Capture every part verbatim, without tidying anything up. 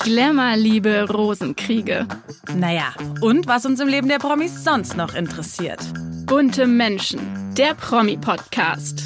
Glamour, Liebe, Rosenkriege. Naja, und was uns im Leben der Promis sonst noch interessiert. Bunte Menschen, der Promi-Podcast.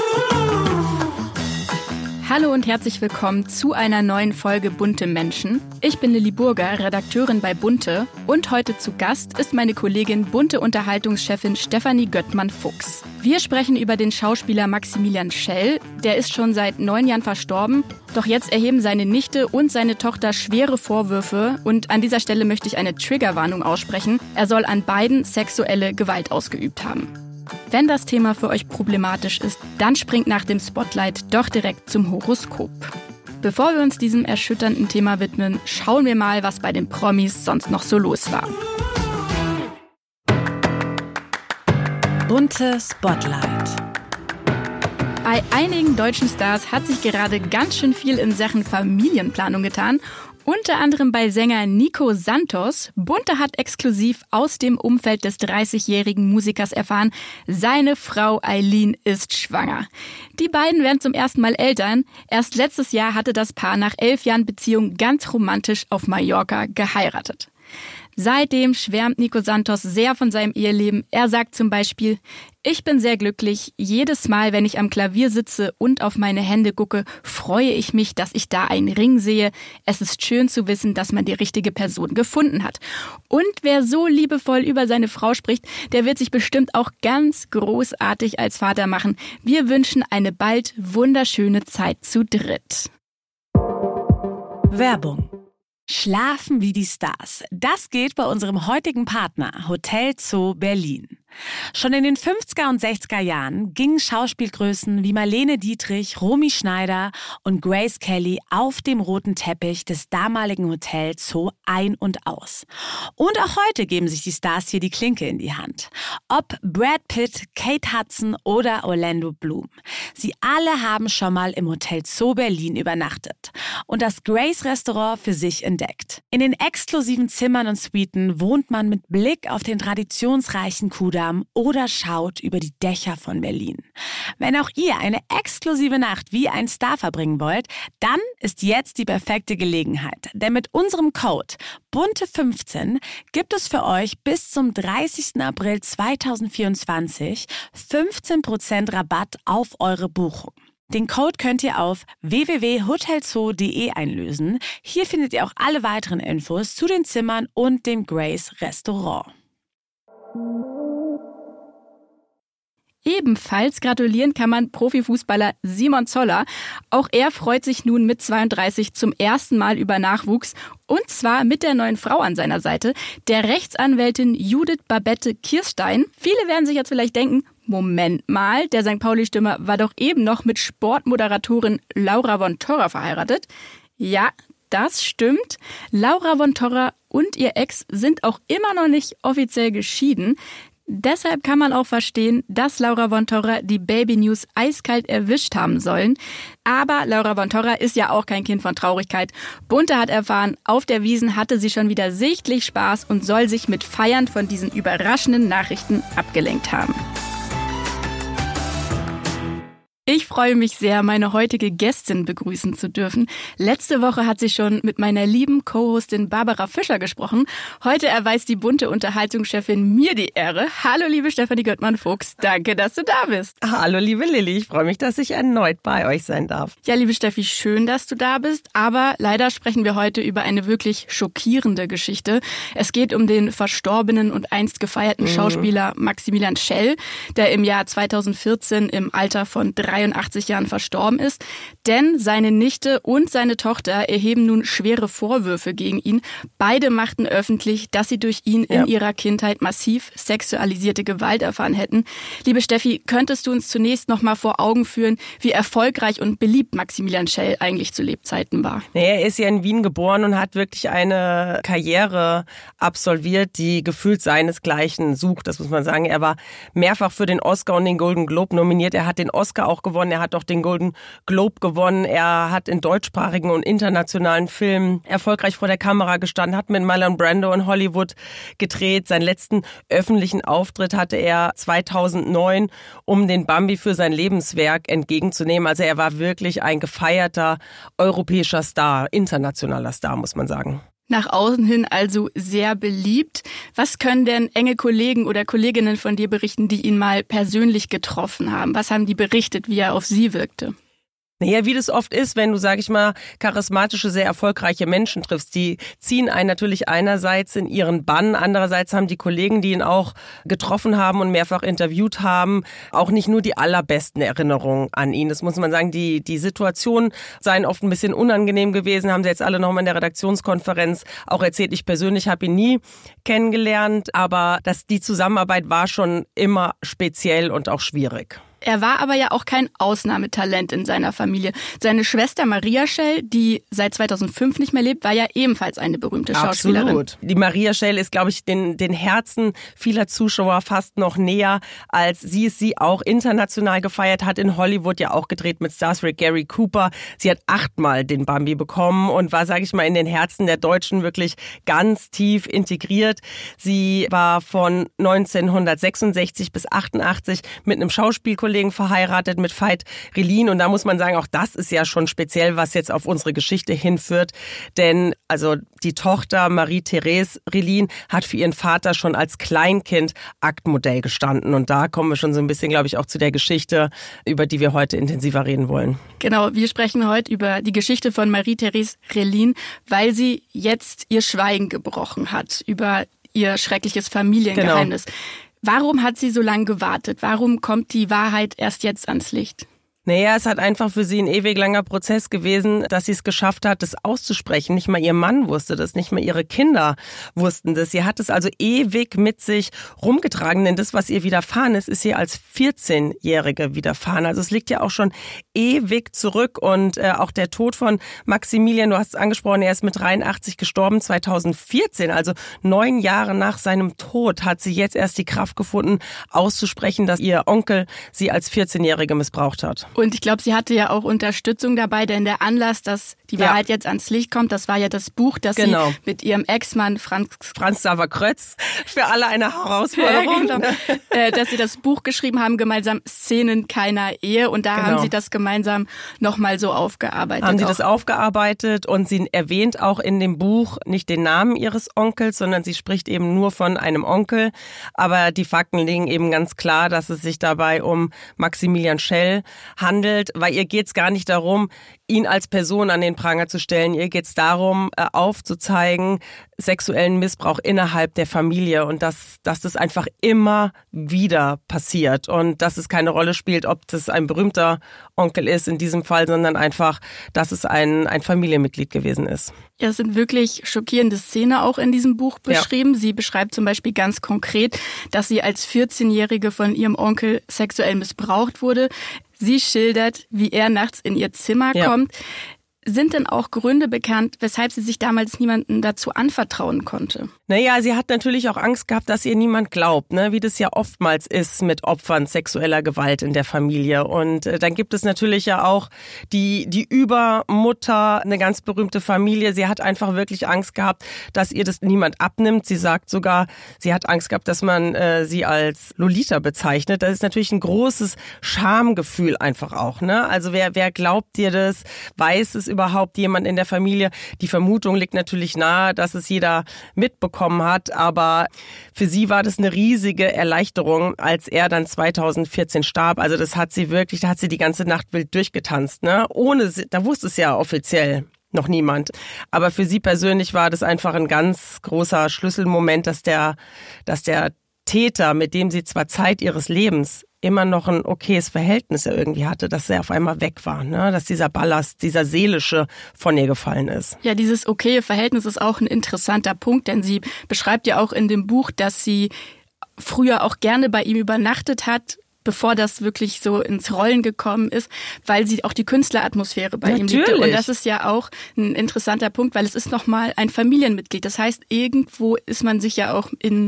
Hallo und herzlich willkommen zu einer neuen Folge Bunte Menschen. Ich bin Lilly Burger, Redakteurin bei Bunte, und heute zu Gast ist meine Kollegin Bunte-Unterhaltungschefin Stefanie Göttmann-Fuchs. Wir sprechen über den Schauspieler Maximilian Schell. Der ist schon seit neun Jahren verstorben, doch jetzt erheben seine Nichte und seine Tochter schwere Vorwürfe, und an dieser Stelle möchte ich eine Triggerwarnung aussprechen. Er soll an beiden sexuelle Gewalt ausgeübt haben. Wenn das Thema für euch problematisch ist, dann springt nach dem Spotlight doch direkt zum Horoskop. Bevor wir uns diesem erschütternden Thema widmen, schauen wir mal, was bei den Promis sonst noch so los war. Bunte Spotlight. Bei einigen deutschen Stars hat sich gerade ganz schön viel in Sachen Familienplanung getan. Unter anderem bei Sänger Nico Santos. Bunte hat exklusiv aus dem Umfeld des dreißigjährigen Musikers erfahren, seine Frau Eileen ist schwanger. Die beiden werden zum ersten Mal Eltern. Erst letztes Jahr hatte das Paar nach elf Jahren Beziehung ganz romantisch auf Mallorca geheiratet. Seitdem schwärmt Nico Santos sehr von seinem Eheleben. Er sagt zum Beispiel: Ich bin sehr glücklich. Jedes Mal, wenn ich am Klavier sitze und auf meine Hände gucke, freue ich mich, dass ich da einen Ring sehe. Es ist schön zu wissen, dass man die richtige Person gefunden hat. Und wer so liebevoll über seine Frau spricht, der wird sich bestimmt auch ganz großartig als Vater machen. Wir wünschen eine bald wunderschöne Zeit zu dritt. Werbung. Schlafen wie die Stars. Das geht bei unserem heutigen Partner Hotel Zoo Berlin. Schon in den fünfziger und sechziger Jahren gingen Schauspielgrößen wie Marlene Dietrich, Romy Schneider und Grace Kelly auf dem roten Teppich des damaligen Hotel Zoo ein und aus. Und auch heute geben sich die Stars hier die Klinke in die Hand. Ob Brad Pitt, Kate Hudson oder Orlando Bloom. Sie alle haben schon mal im Hotel Zoo Berlin übernachtet und das Grace Restaurant für sich entdeckt. In den exklusiven Zimmern und Suiten wohnt man mit Blick auf den traditionsreichen Kudamm oder schaut über die Dächer von Berlin. Wenn auch ihr eine exklusive Nacht wie ein Star verbringen wollt, dann ist jetzt die perfekte Gelegenheit. Denn mit unserem Code bunte fünfzehn gibt es für euch bis zum dreißigsten April zweitausendvierundzwanzig fünfzehn Prozent Rabatt auf eure Buchung. Den Code könnt ihr auf w w w punkt hotelzoo punkt d e einlösen. Hier findet ihr auch alle weiteren Infos zu den Zimmern und dem Grace Restaurant. Ebenfalls gratulieren kann man Profifußballer Simon Zoller. Auch er freut sich nun mit zweiunddreißig zum ersten Mal über Nachwuchs. Und zwar mit der neuen Frau an seiner Seite, der Rechtsanwältin Judith Babette Kirstein. Viele werden sich jetzt vielleicht denken, Moment mal, der Sankt Pauli-Stürmer war doch eben noch mit Sportmoderatorin Laura von Torra verheiratet. Ja, das stimmt. Laura von Torra und ihr Ex sind auch immer noch nicht offiziell geschieden. Deshalb kann man auch verstehen, dass Laura von Torra die Baby News eiskalt erwischt haben sollen. Aber Laura von Torra ist ja auch kein Kind von Traurigkeit. Bunte hat erfahren, auf der Wiesn hatte sie schon wieder sichtlich Spaß und soll sich mit Feiern von diesen überraschenden Nachrichten abgelenkt haben. Ich freue mich sehr, meine heutige Gästin begrüßen zu dürfen. Letzte Woche hat sie schon mit meiner lieben Co-Hostin Barbara Fischer gesprochen. Heute erweist die bunte Unterhaltungschefin mir die Ehre. Hallo, liebe Stefanie Göttmann-Fuchs, danke, dass du da bist. Hallo, liebe Lilly, ich freue mich, dass ich erneut bei euch sein darf. Ja, liebe Steffi, schön, dass du da bist. Aber leider sprechen wir heute über eine wirklich schockierende Geschichte. Es geht um den verstorbenen und einst gefeierten mhm. Schauspieler Maximilian Schell, der im Jahr zweitausendvierzehn im Alter von dreiundachtzig Jahren verstorben ist. Denn seine Nichte und seine Tochter erheben nun schwere Vorwürfe gegen ihn. Beide machten öffentlich, dass sie durch ihn ja. in ihrer Kindheit massiv sexualisierte Gewalt erfahren hätten. Liebe Steffi, könntest du uns zunächst noch mal vor Augen führen, wie erfolgreich und beliebt Maximilian Schell eigentlich zu Lebzeiten war? Nee, er ist ja in Wien geboren und hat wirklich eine Karriere absolviert, die gefühlt seinesgleichen sucht. Das muss man sagen. Er war mehrfach für den Oscar und den Golden Globe nominiert. Er hat den Oscar auch gewonnen, er hat auch den Golden Globe gewonnen, er hat in deutschsprachigen und internationalen Filmen erfolgreich vor der Kamera gestanden, hat mit Marlon Brando in Hollywood gedreht. Seinen letzten öffentlichen Auftritt hatte er zweitausendneun, um den Bambi für sein Lebenswerk entgegenzunehmen. Also er war wirklich ein gefeierter europäischer Star, internationaler Star, muss man sagen. Nach außen hin also sehr beliebt. Was können denn enge Kollegen oder Kolleginnen von dir berichten, die ihn mal persönlich getroffen haben? Was haben die berichtet, wie er auf sie wirkte? Naja, wie das oft ist, wenn du, sag ich mal, charismatische, sehr erfolgreiche Menschen triffst, die ziehen einen natürlich einerseits in ihren Bann, andererseits haben die Kollegen, die ihn auch getroffen haben und mehrfach interviewt haben, auch nicht nur die allerbesten Erinnerungen an ihn. Das muss man sagen, die die Situationen seien oft ein bisschen unangenehm gewesen, haben sie jetzt alle nochmal in der Redaktionskonferenz auch erzählt. Ich persönlich habe ihn nie kennengelernt, aber das, die Zusammenarbeit war schon immer speziell und auch schwierig. Er war aber ja auch kein Ausnahmetalent in seiner Familie. Seine Schwester Maria Schell, die seit zweitausendfünf nicht mehr lebt, war ja ebenfalls eine berühmte Schauspielerin. Absolut. Die Maria Schell ist, glaube ich, den, den Herzen vieler Zuschauer fast noch näher, als sie es sie auch international gefeiert hat, in Hollywood ja auch gedreht mit Stars wie Gary Cooper. Sie hat achtmal den Bambi bekommen und war, sage ich mal, in den Herzen der Deutschen wirklich ganz tief integriert. Sie war von neunzehnhundertsechsundsechzig bis achtundachtzig mit einem Schauspielkollegen verheiratet, mit Veit Relin, und da muss man sagen, auch das ist ja schon speziell, was jetzt auf unsere Geschichte hinführt, denn also die Tochter Marie-Therese Relin hat für ihren Vater schon als Kleinkind Aktmodell gestanden, und da kommen wir schon so ein bisschen, glaube ich, auch zu der Geschichte, über die wir heute intensiver reden wollen. Genau, wir sprechen heute über die Geschichte von Marie-Therese Relin, weil sie jetzt ihr Schweigen gebrochen hat über ihr schreckliches Familiengeheimnis. Genau. Warum hat sie so lange gewartet? Warum kommt die Wahrheit erst jetzt ans Licht? Naja, es hat einfach für sie ein ewig langer Prozess gewesen, dass sie es geschafft hat, das auszusprechen. Nicht mal ihr Mann wusste das, nicht mal ihre Kinder wussten das. Sie hat es also ewig mit sich rumgetragen, denn das, was ihr widerfahren ist, ist ihr als vierzehnjährige widerfahren. Also es liegt ja auch schon ewig zurück, und äh, auch der Tod von Maximilian, du hast es angesprochen, er ist mit dreiundachtzig gestorben, zweitausendvierzehn, also neun Jahre nach seinem Tod hat sie jetzt erst die Kraft gefunden, auszusprechen, dass ihr Onkel sie als vierzehnjährige missbraucht hat. Und ich glaube, sie hatte ja auch Unterstützung dabei, denn der Anlass, dass die Wahrheit ja. jetzt ans Licht kommt, das war ja das Buch, das genau. sie mit ihrem Ex-Mann Franz... Franz Xaver Krötz, für alle eine Herausforderung. Ja, genau. äh, dass sie das Buch geschrieben haben, gemeinsam Szenen keiner Ehe, und da genau. haben sie das gemeinsam nochmal so aufgearbeitet. Haben sie auch. das aufgearbeitet, und sie erwähnt auch in dem Buch nicht den Namen ihres Onkels, sondern sie spricht eben nur von einem Onkel. Aber die Fakten liegen eben ganz klar, dass es sich dabei um Maximilian Schell handelt, weil ihr geht's gar nicht darum, ihn als Person an den Pranger zu stellen. Ihr geht's darum, aufzuzeigen, sexuellen Missbrauch innerhalb der Familie, und dass, dass das einfach immer wieder passiert und dass es keine Rolle spielt, ob das ein berühmter Onkel ist in diesem Fall, sondern einfach, dass es ein, ein Familienmitglied gewesen ist. Ja, es sind wirklich schockierende Szenen auch in diesem Buch beschrieben. Ja. Sie beschreibt zum Beispiel ganz konkret, dass sie als vierzehnjährige von ihrem Onkel sexuell missbraucht wurde. Sie schildert, wie er nachts in ihr Zimmer ja. kommt. Sind denn auch Gründe bekannt, weshalb sie sich damals niemandem dazu anvertrauen konnte? Naja, sie hat natürlich auch Angst gehabt, dass ihr niemand glaubt, ne? Wie das ja oftmals ist mit Opfern sexueller Gewalt in der Familie. Und äh, dann gibt es natürlich ja auch die die Übermutter, eine ganz berühmte Familie. Sie hat einfach wirklich Angst gehabt, dass ihr das niemand abnimmt. Sie sagt sogar, sie hat Angst gehabt, dass man äh, sie als Lolita bezeichnet. Das ist natürlich ein großes Schamgefühl einfach auch, ne? Also wer wer glaubt dir das? Weiß es überhaupt jemand in der Familie? Die Vermutung liegt natürlich nahe, dass es jeder mitbekommen hat, aber für sie war das eine riesige Erleichterung, als er dann zweitausendvierzehn starb. Also das hat sie wirklich, da hat sie die ganze Nacht wild durchgetanzt, ne? Ohne, da wusste es ja offiziell noch niemand. Aber für sie persönlich war das einfach ein ganz großer Schlüsselmoment, dass der, dass der Täter, mit dem sie zwar Zeit ihres Lebens immer noch ein okayes Verhältnis irgendwie hatte, dass er auf einmal weg war, ne? Dass dieser Ballast, dieser seelische von ihr gefallen ist. Ja, dieses okaye Verhältnis ist auch ein interessanter Punkt, denn sie beschreibt ja auch in dem Buch, dass sie früher auch gerne bei ihm übernachtet hat, bevor das wirklich so ins Rollen gekommen ist, weil sie auch die Künstleratmosphäre bei Natürlich. ihm liebte. Und das ist ja auch ein interessanter Punkt, weil es ist nochmal ein Familienmitglied. Das heißt, irgendwo ist man sich ja auch in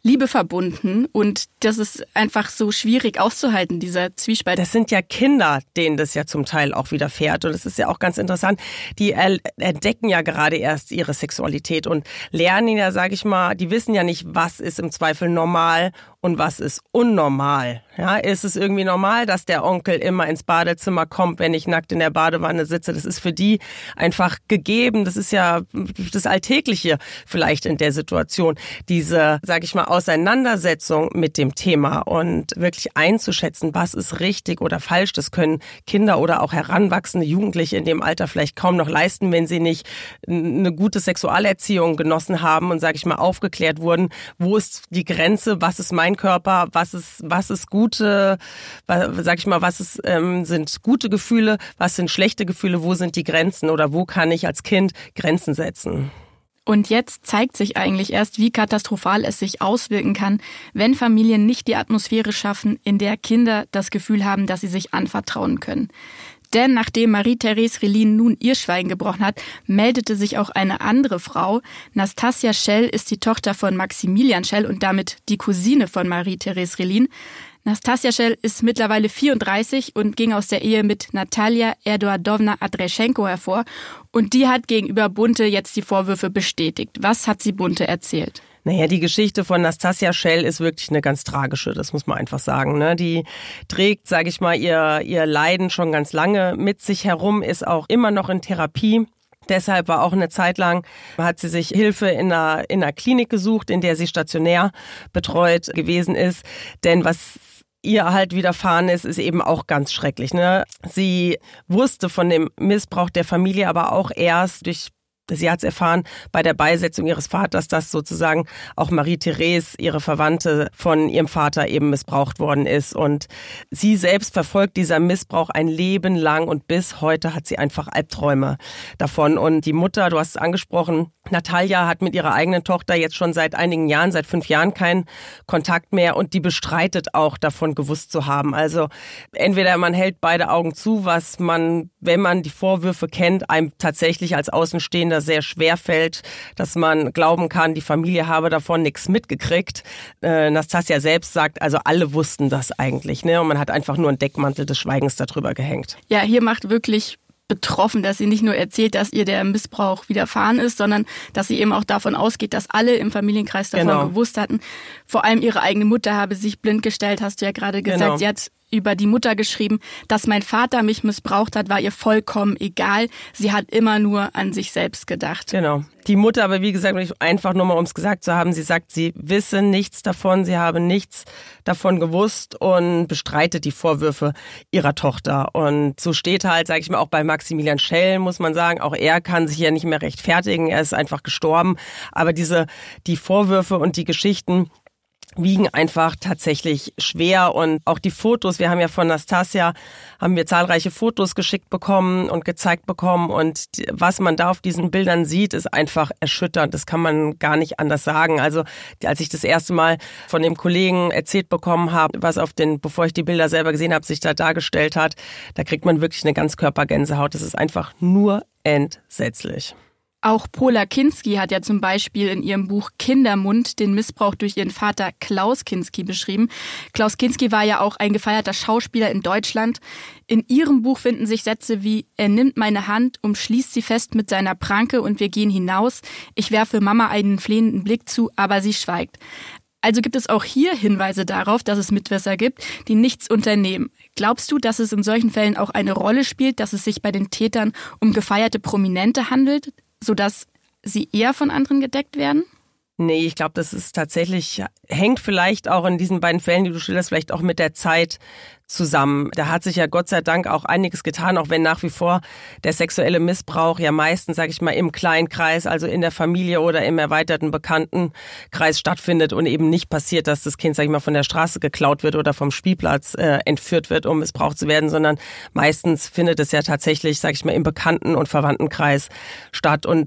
Liebe verbunden und das ist einfach so schwierig auszuhalten, dieser Zwiespalt. Das sind ja Kinder, denen das ja zum Teil auch widerfährt und es ist ja auch ganz interessant, die entdecken ja gerade erst ihre Sexualität und lernen ja, sage ich mal, die wissen ja nicht, was ist im Zweifel normal und was ist unnormal. Ja, ist es irgendwie normal, dass der Onkel immer ins Badezimmer kommt, wenn ich nackt in der Badewanne sitze? Das ist für die einfach gegeben. Das ist ja das Alltägliche vielleicht in der Situation. Diese, sage ich mal, Auseinandersetzung mit dem Thema und wirklich einzuschätzen, was ist richtig oder falsch, das können Kinder oder auch heranwachsende Jugendliche in dem Alter vielleicht kaum noch leisten, wenn sie nicht eine gute Sexualerziehung genossen haben und, sage ich mal, aufgeklärt wurden. Wo ist die Grenze? Was ist mein Körper? Was ist, was ist gute, sag ich mal, was ist, ähm, sind gute Gefühle? Was sind schlechte Gefühle? Wo sind die Grenzen? Oder wo kann ich als Kind Grenzen setzen? Und jetzt zeigt sich eigentlich erst, wie katastrophal es sich auswirken kann, wenn Familien nicht die Atmosphäre schaffen, in der Kinder das Gefühl haben, dass sie sich anvertrauen können. Denn nachdem Marie-Therese Relin nun ihr Schweigen gebrochen hat, meldete sich auch eine andere Frau. Nastassja Schell ist die Tochter von Maximilian Schell und damit die Cousine von Marie-Therese Relin. Nastassja Schell ist mittlerweile vierunddreißig und ging aus der Ehe mit Natalia Eduardowna Adreschenko hervor. Und die hat gegenüber Bunte jetzt die Vorwürfe bestätigt. Was hat sie Bunte erzählt? Naja, die Geschichte von Nastassja Schell ist wirklich eine ganz tragische, das muss man einfach sagen. Ne? Die trägt, sage ich mal, ihr, ihr Leiden schon ganz lange mit sich herum, ist auch immer noch in Therapie. Deshalb war auch eine Zeit lang, hat sie sich Hilfe in einer, in einer Klinik gesucht, in der sie stationär betreut gewesen ist. Denn was ihr halt widerfahren ist, ist eben auch ganz schrecklich. Ne? Sie wusste von dem Missbrauch der Familie aber auch erst durch Sie hat es erfahren bei der Beisetzung ihres Vaters, dass sozusagen auch Marie-Therese, ihre Verwandte, von ihrem Vater eben missbraucht worden ist. Und sie selbst verfolgt dieser Missbrauch ein Leben lang und bis heute hat sie einfach Albträume davon. Und die Mutter, du hast es angesprochen, Natalia hat mit ihrer eigenen Tochter jetzt schon seit einigen Jahren, seit fünf Jahren keinen Kontakt mehr und die bestreitet auch, davon gewusst zu haben. Also entweder man hält beide Augen zu, was man, wenn man die Vorwürfe kennt, einem tatsächlich als Außenstehender sehr schwer fällt, dass man glauben kann, die Familie habe davon nichts mitgekriegt. Äh, Nastassja selbst sagt, also alle wussten das eigentlich, ne? Und man hat einfach nur einen Deckmantel des Schweigens darüber gehängt. Ja, hier macht wirklich betroffen, dass sie nicht nur erzählt, dass ihr der Missbrauch widerfahren ist, sondern dass sie eben auch davon ausgeht, dass alle im Familienkreis davon genau. gewusst hatten. Vor allem ihre eigene Mutter habe sich blind gestellt, hast du ja gerade gesagt. Genau. Sie hat über die Mutter geschrieben, dass mein Vater mich missbraucht hat, war ihr vollkommen egal. Sie hat immer nur an sich selbst gedacht. Genau. Die Mutter aber, wie gesagt, einfach nur mal, um es gesagt zu haben, sie sagt, sie wisse nichts davon, sie habe nichts davon gewusst und bestreitet die Vorwürfe ihrer Tochter. Und so steht halt, sage ich mal, auch bei Maximilian Schell, muss man sagen, auch er kann sich ja nicht mehr rechtfertigen, er ist einfach gestorben. Aber diese, die Vorwürfe und die Geschichten wiegen einfach tatsächlich schwer und auch die Fotos, wir haben ja von Nastassja, haben wir zahlreiche Fotos geschickt bekommen und gezeigt bekommen und was man da auf diesen Bildern sieht, ist einfach erschütternd, das kann man gar nicht anders sagen. Also als ich das erste Mal von dem Kollegen erzählt bekommen habe, was auf den, bevor ich die Bilder selber gesehen habe, sich da dargestellt hat, da kriegt man wirklich eine Ganzkörpergänsehaut, das ist einfach nur entsetzlich. Auch Pola Kinski hat ja zum Beispiel in ihrem Buch Kindermund den Missbrauch durch ihren Vater Klaus Kinski beschrieben. Klaus Kinski war ja auch ein gefeierter Schauspieler in Deutschland. In ihrem Buch finden sich Sätze wie: Er nimmt meine Hand, umschließt sie fest mit seiner Pranke und wir gehen hinaus. Ich werfe Mama einen flehenden Blick zu, aber sie schweigt. Also gibt es auch hier Hinweise darauf, dass es Mitwisser gibt, die nichts unternehmen. Glaubst du, dass es in solchen Fällen auch eine Rolle spielt, dass es sich bei den Tätern um gefeierte Prominente handelt, sodass sie eher von anderen gedeckt werden? Nee, ich glaube, das ist tatsächlich, hängt vielleicht auch in diesen beiden Fällen, die du schilderst, vielleicht auch mit der Zeit zusammen. Da hat sich ja Gott sei Dank auch einiges getan, auch wenn nach wie vor der sexuelle Missbrauch ja meistens, sage ich mal, im kleinen Kreis, also in der Familie oder im erweiterten Bekanntenkreis stattfindet und eben nicht passiert, dass das Kind, sage ich mal, von der Straße geklaut wird oder vom Spielplatz äh, entführt wird, um missbraucht zu werden, sondern meistens findet es ja tatsächlich, sage ich mal, im Bekannten- und Verwandtenkreis statt. Und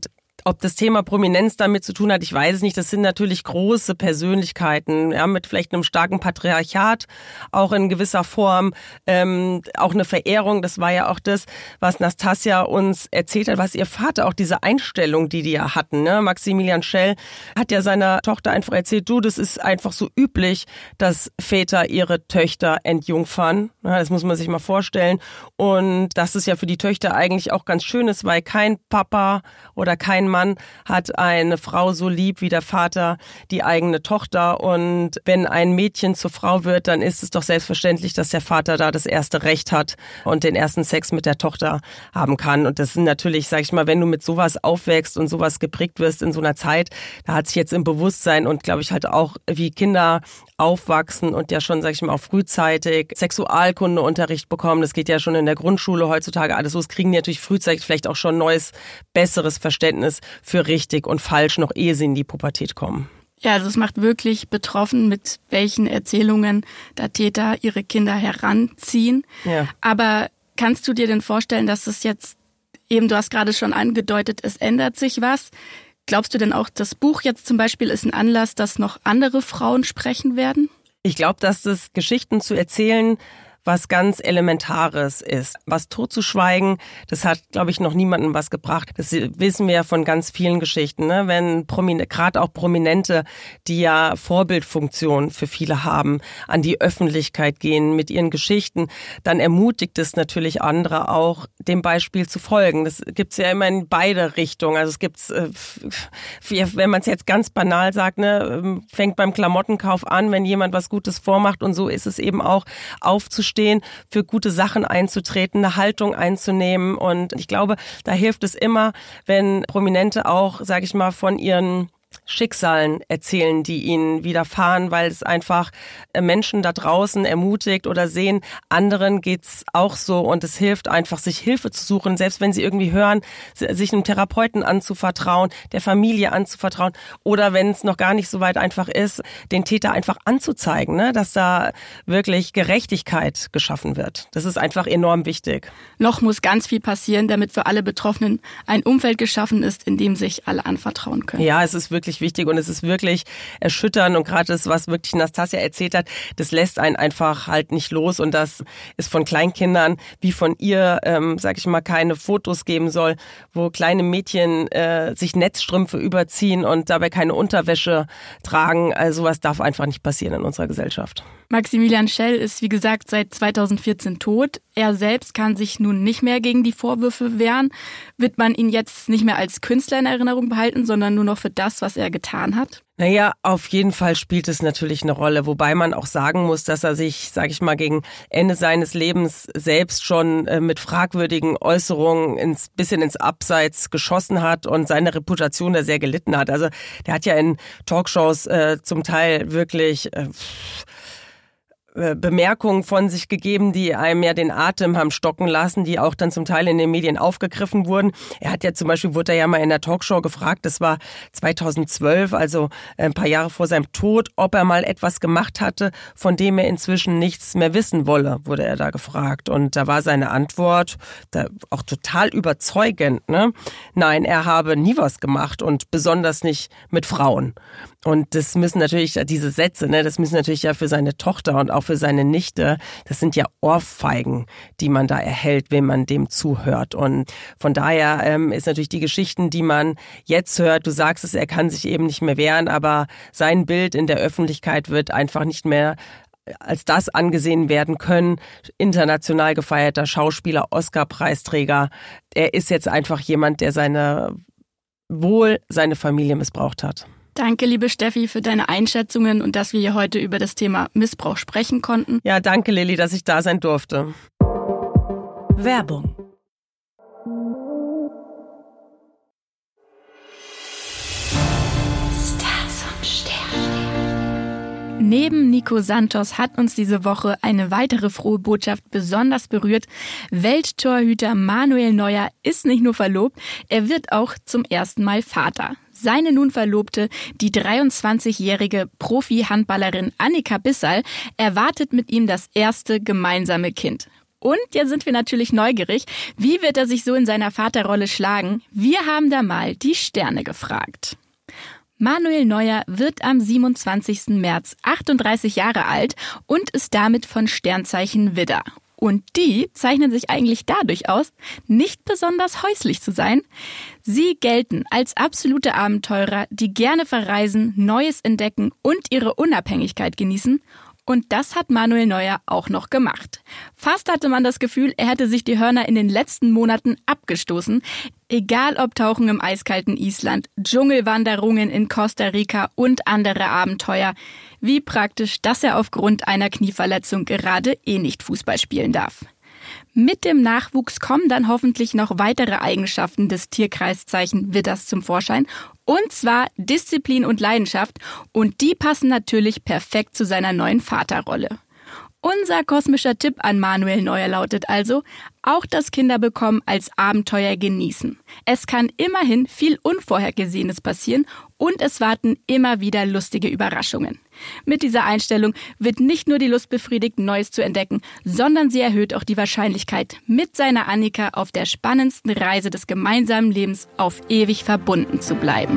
Ob das Thema Prominenz damit zu tun hat, ich weiß es nicht. Das sind natürlich große Persönlichkeiten, ja, mit vielleicht einem starken Patriarchat, auch in gewisser Form, ähm, auch eine Verehrung. Das war ja auch das, was Nastassja uns erzählt hat, was ihr Vater, auch diese Einstellung, die die ja hatten. Ne? Maximilian Schell hat ja seiner Tochter einfach erzählt, du, das ist einfach so üblich, dass Väter ihre Töchter entjungfern. Ja, das muss man sich mal vorstellen. Und dass es ja für die Töchter eigentlich auch ganz schön ist, weil kein Papa oder kein Mann hat eine Frau so lieb wie der Vater die eigene Tochter. Und wenn ein Mädchen zur Frau wird, dann ist es doch selbstverständlich, dass der Vater da das erste Recht hat und den ersten Sex mit der Tochter haben kann. Und das sind natürlich, sag ich mal, wenn du mit sowas aufwächst und sowas geprägt wirst in so einer Zeit, da hat sich jetzt im Bewusstsein und glaube ich halt auch, wie Kinder aufwachsen und ja schon, sag ich mal, auch frühzeitig Sexualkundeunterricht bekommen. Das geht ja schon in der Grundschule heutzutage alles so. Das kriegen die natürlich frühzeitig vielleicht auch schon neues, besseres Verständnis für richtig und falsch, noch ehe sie in die Pubertät kommen. Ja, also es macht wirklich betroffen, mit welchen Erzählungen da Täter ihre Kinder heranziehen. Ja. Aber kannst du dir denn vorstellen, dass es jetzt, eben du hast gerade schon angedeutet, es ändert sich was. Glaubst du denn auch, das Buch jetzt zum Beispiel ist ein Anlass, dass noch andere Frauen sprechen werden? Ich glaube, dass das Geschichten zu erzählen was ganz Elementares ist. Was totzuschweigen, das hat, glaube ich, noch niemandem was gebracht. Das wissen wir ja von ganz vielen Geschichten, ne? Wenn Promin- gerade auch Prominente, die ja Vorbildfunktion für viele haben, an die Öffentlichkeit gehen mit ihren Geschichten, dann ermutigt es natürlich andere auch, dem Beispiel zu folgen. Das gibt's ja immer in beide Richtungen. Also es gibt's, äh, wenn man es jetzt ganz banal sagt, ne, fängt beim Klamottenkauf an, wenn jemand was Gutes vormacht, und so ist es eben auch, aufzustehen, für gute Sachen einzutreten, eine Haltung einzunehmen. Und ich glaube, da hilft es immer, wenn Prominente auch, sage ich mal, von ihren Schicksalen erzählen, die ihnen widerfahren, weil es einfach Menschen da draußen ermutigt oder sehen, anderen geht's auch so, und es hilft einfach, sich Hilfe zu suchen, selbst wenn sie irgendwie hören, sich einem Therapeuten anzuvertrauen, der Familie anzuvertrauen, oder wenn es noch gar nicht so weit einfach ist, den Täter einfach anzuzeigen, ne, dass da wirklich Gerechtigkeit geschaffen wird. Das ist einfach enorm wichtig. Noch muss ganz viel passieren, damit für alle Betroffenen ein Umfeld geschaffen ist, in dem sich alle anvertrauen können. Ja, es ist wirklich wichtig und es ist wirklich erschütternd, und gerade das, was wirklich Nastassja erzählt hat, das lässt einen einfach halt nicht los, und das ist von Kleinkindern wie von ihr, ähm, sag ich mal, keine Fotos geben soll, wo kleine Mädchen äh, sich Netzstrümpfe überziehen und dabei keine Unterwäsche tragen. Also sowas darf einfach nicht passieren in unserer Gesellschaft. Maximilian Schell ist, wie gesagt, seit zweitausendvierzehn tot. Er selbst kann sich nun nicht mehr gegen die Vorwürfe wehren. Wird man ihn jetzt nicht mehr als Künstler in Erinnerung behalten, sondern nur noch für das, was er getan hat? Naja, auf jeden Fall spielt es natürlich eine Rolle, wobei man auch sagen muss, dass er sich, sage ich mal, gegen Ende seines Lebens selbst schon äh, mit fragwürdigen Äußerungen ins bisschen ins Abseits geschossen hat und seine Reputation da sehr gelitten hat. Also der hat ja in Talkshows äh, zum Teil wirklich äh, Bemerkungen von sich gegeben, die einem ja den Atem haben stocken lassen, die auch dann zum Teil in den Medien aufgegriffen wurden. Er hat ja zum Beispiel, wurde er ja mal in der Talkshow gefragt, das war zweitausendzwölf, also ein paar Jahre vor seinem Tod, ob er mal etwas gemacht hatte, von dem er inzwischen nichts mehr wissen wolle, wurde er da gefragt. Und da war seine Antwort da auch total überzeugend, ne? Nein, er habe nie was gemacht, und besonders nicht mit Frauen. Und das müssen natürlich, diese Sätze, ne, das müssen natürlich ja für seine Tochter und auch für seine Nichte, das sind ja Ohrfeigen, die man da erhält, wenn man dem zuhört. Und von daher ähm, ist natürlich die Geschichten, die man jetzt hört, du sagst es, er kann sich eben nicht mehr wehren, aber sein Bild in der Öffentlichkeit wird einfach nicht mehr als das angesehen werden können. International gefeierter Schauspieler, Oscar-Preisträger. Er ist jetzt einfach jemand, der seine, wohl seine Familie missbraucht hat. Danke, liebe Steffi, für deine Einschätzungen und dass wir hier heute über das Thema Missbrauch sprechen konnten. Ja, danke, Lilly, dass ich da sein durfte. Werbung. Stars und Sterne. Neben Nico Santos hat uns diese Woche eine weitere frohe Botschaft besonders berührt. Welttorhüter Manuel Neuer ist nicht nur verlobt, er wird auch zum ersten Mal Vater. Seine nun Verlobte, die dreiundzwanzigjährige Profi-Handballerin Annika Bissal, erwartet mit ihm das erste gemeinsame Kind. Und jetzt sind wir natürlich neugierig. Wie wird er sich so in seiner Vaterrolle schlagen? Wir haben da mal die Sterne gefragt. Manuel Neuer wird am siebenundzwanzigsten März achtunddreißig Jahre alt und ist damit von Sternzeichen Widder. Und die zeichnen sich eigentlich dadurch aus, nicht besonders häuslich zu sein. Sie gelten als absolute Abenteurer, die gerne verreisen, Neues entdecken und ihre Unabhängigkeit genießen. Und das hat Manuel Neuer auch noch gemacht. Fast hatte man das Gefühl, er hätte sich die Hörner in den letzten Monaten abgestoßen. Egal ob Tauchen im eiskalten Island, Dschungelwanderungen in Costa Rica und andere Abenteuer. Wie praktisch, dass er aufgrund einer Knieverletzung gerade eh nicht Fußball spielen darf. Mit dem Nachwuchs kommen dann hoffentlich noch weitere Eigenschaften des Tierkreiszeichen Widders zum Vorschein. Und zwar Disziplin und Leidenschaft. Und die passen natürlich perfekt zu seiner neuen Vaterrolle. Unser kosmischer Tipp an Manuel Neuer lautet also, auch das Kinderbekommen als Abenteuer genießen. Es kann immerhin viel Unvorhergesehenes passieren und es warten immer wieder lustige Überraschungen. Mit dieser Einstellung wird nicht nur die Lust befriedigt, Neues zu entdecken, sondern sie erhöht auch die Wahrscheinlichkeit, mit seiner Annika auf der spannendsten Reise des gemeinsamen Lebens auf ewig verbunden zu bleiben.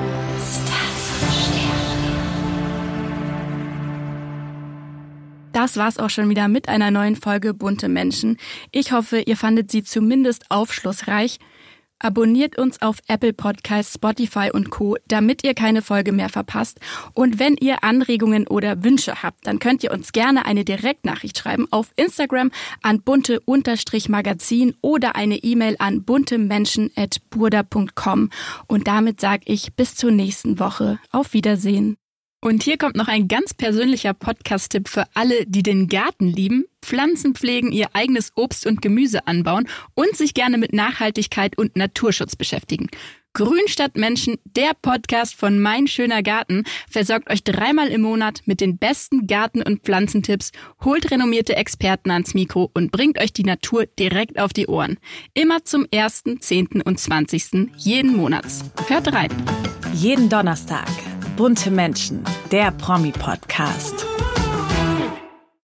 Das war's auch schon wieder mit einer neuen Folge Bunte Menschen. Ich hoffe, ihr fandet sie zumindest aufschlussreich. Abonniert uns auf Apple Podcasts, Spotify und Co., damit ihr keine Folge mehr verpasst. Und wenn ihr Anregungen oder Wünsche habt, dann könnt ihr uns gerne eine Direktnachricht schreiben auf Instagram an bunte-magazin oder eine E-Mail an buntemenschen at burda punkt com. Und damit sage ich bis zur nächsten Woche. Auf Wiedersehen. Und hier kommt noch ein ganz persönlicher Podcast-Tipp für alle, die den Garten lieben, Pflanzen pflegen, ihr eigenes Obst und Gemüse anbauen und sich gerne mit Nachhaltigkeit und Naturschutz beschäftigen. Grün statt Menschen, der Podcast von Mein Schöner Garten, versorgt euch dreimal im Monat mit den besten Garten- und Pflanzentipps, holt renommierte Experten ans Mikro und bringt euch die Natur direkt auf die Ohren. Immer zum ersten, zehnten und zwanzigsten jeden Monats. Hört rein. Jeden Donnerstag. Bunte Menschen, der Promi-Podcast.